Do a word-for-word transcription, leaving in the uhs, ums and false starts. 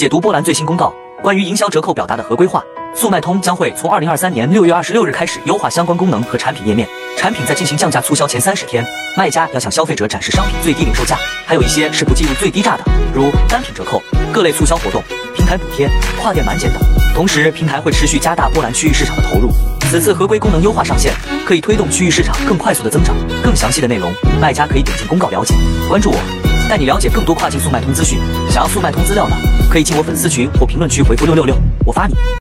解读波兰最新公告，关于营销折扣表达的合规化，速卖通将会从二零二三年六月二十六日开始优化相关功能和产品页面。产品在进行降价促销前三十天，卖家要向消费者展示商品最低零售价，还有一些是不计入最低价的，如单品折扣、各类促销活动、平台补贴、跨店满减等。同时，平台会持续加大波兰区域市场的投入。此次合规功能优化上线，可以推动区域市场更快速的增长。更详细的内容，卖家可以点进公告了解。关注我，带你了解更多跨境速卖通资讯。想要速卖通资料的，可以进我粉丝群或评论区回复六六六，我发你。